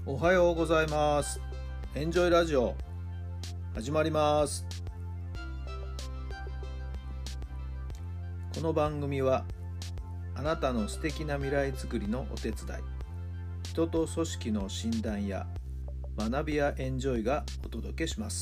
おはようございます。エンジョイラジオ始まります。この番組はあなたの素敵な未来づくりのお手伝い、人と組織の診断や学びやエンジョイがお届けします。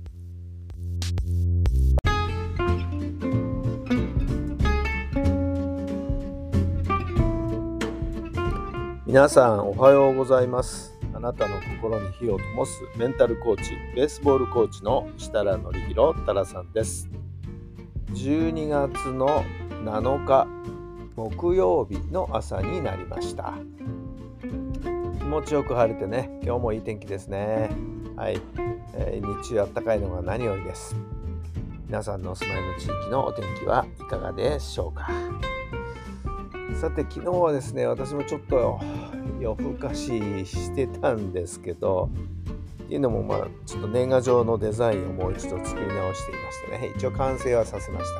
皆さんおはようございます。あなたの心に火を灯すメンタルコーチ、ベースボールコーチの設楽範弘太良さんです。12月の7日木曜日の朝になりました。気持ちよく晴れてね、今日もいい天気ですね。はい、日中暖かいのが何よりです。皆さんのお住まいの地域のお天気はいかがでしょうか。さて、昨日はですね、私もちょっと夜更かししてたんですけど、っていうのもちょっと年賀状のデザインをもう一度作り直していましてね、一応完成はさせました。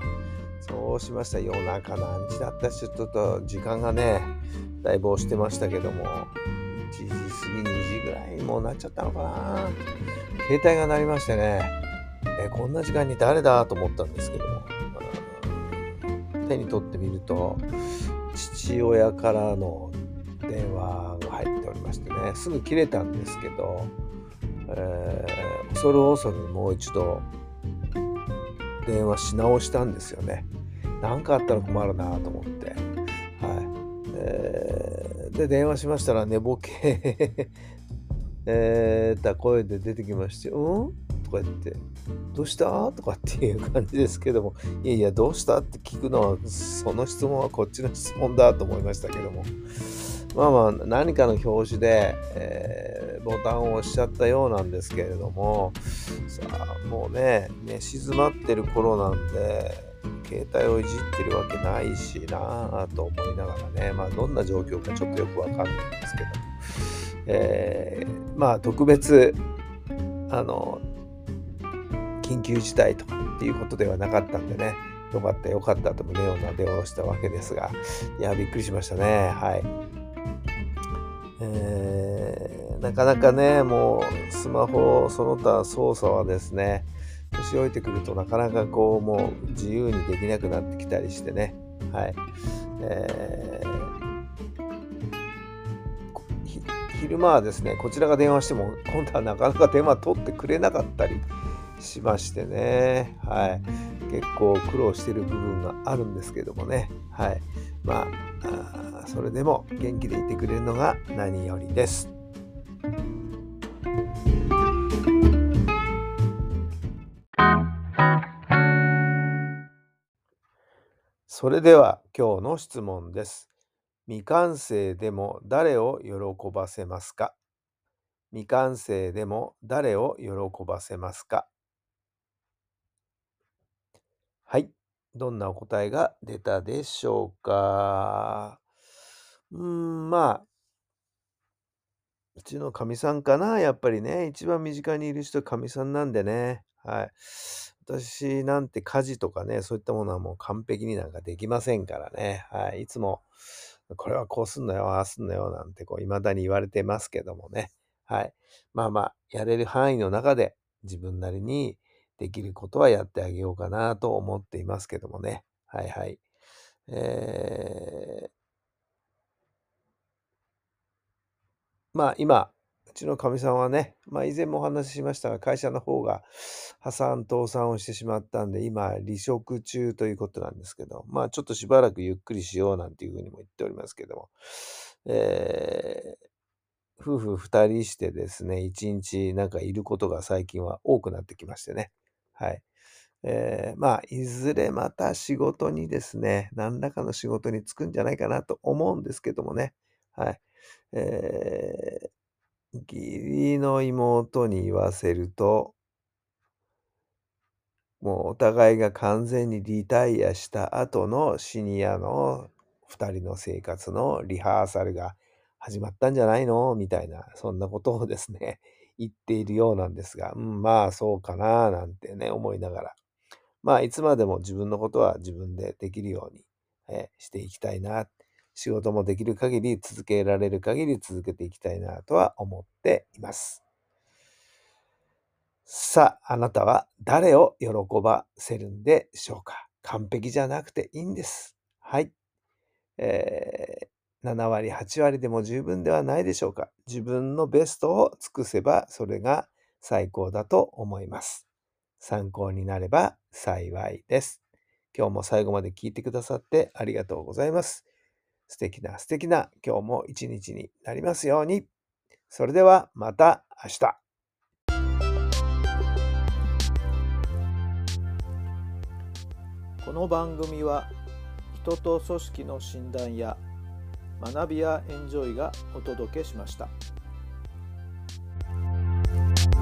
そうしました。夜中何時だったし、ちょっと時間がねだいぶ押してましたけども、1時過ぎ2時ぐらいにもうなっちゃったのかな。携帯が鳴りましてね、こんな時間に誰だと思ったんですけども、手に取ってみると父親からの電話が入っておりましてね、すぐ切れたんですけど、恐る恐るもう一度電話し直したんですよね。何かあったら困るなと思って、で電話しましたら寝ぼけた声で出てきまして、とか言って、どうしたとかっていう感じですけども、いやどうしたって聞くのは、その質問はこっちの質問だと思いましたけども、何かの拍子で、ボタンを押しちゃったようなんですけれども、さあもうね寝静まってる頃なんで携帯をいじってるわけないしなぁと思いながらね、どんな状況かちょっとよくわかんないんですけど、特別緊急事態とかっていうことではなかったんでね、よかったと胸をなで下ろしたわけですが、いやびっくりしましたね。はい。なかなかね、もうスマホその他操作はですね、年老いてくるとなかなかもう自由にできなくなってきたりしてね、はい。昼間はですね、こちらが電話しても今度はなかなか電話取ってくれなかったりしましてね、はい。結構苦労してる部分があるんですけどもね、はい。それでも元気でいてくれるのが何よりです。それでは今日の質問です。未完成でも誰を喜ばせますか？未完成でも誰を喜ばせますか？はい。どんなお答えが出たでしょうか？うちのかみさんかな、やっぱりね。一番身近にいる人はかみさんなんでね。はい。私なんて家事とかね、そういったものはもう完璧になんかできませんからね。はい。いつも、これはこうすんのよ、ああすんのよ、なんて未だに言われてますけどもね。はい。やれる範囲の中で自分なりにできることはやってあげようかなと思っていますけどもね。はいはい。え今、うちのかみさんはね、以前もお話ししましたが、会社の方が破産倒産をしてしまったんで、今離職中ということなんですけど、ちょっとしばらくゆっくりしようなんていうふうにも言っておりますけども、えー夫婦二人してですね、一日なんかいることが最近は多くなってきましてね。はい。いずれまた仕事にですね、何らかの仕事に就くんじゃないかなと思うんですけどもね。はい。えー義理の妹に言わせると、もうお互いが完全にリタイアした後のシニアの2人の生活のリハーサルが始まったんじゃないのみたいな、そんなことをですね、言っているようなんですが、そうかななんてね、思いながら、いつまでも自分のことは自分でできるように、していきたいな。 仕事もできる限り続けられる限り続けていきたいなとは思っています。さあ、あなたは誰を喜ばせるんでしょうか？完璧じゃなくていいんです。はい。7割、8割でも十分ではないでしょうか？自分のベストを尽くせば、それが最高だと思います。参考になれば幸いです。今日も最後まで聞いてくださってありがとうございます。素敵な今日も一日になりますように。それではまた明日。この番組は人と組織の診断や学びやエンジョイがお届けしました。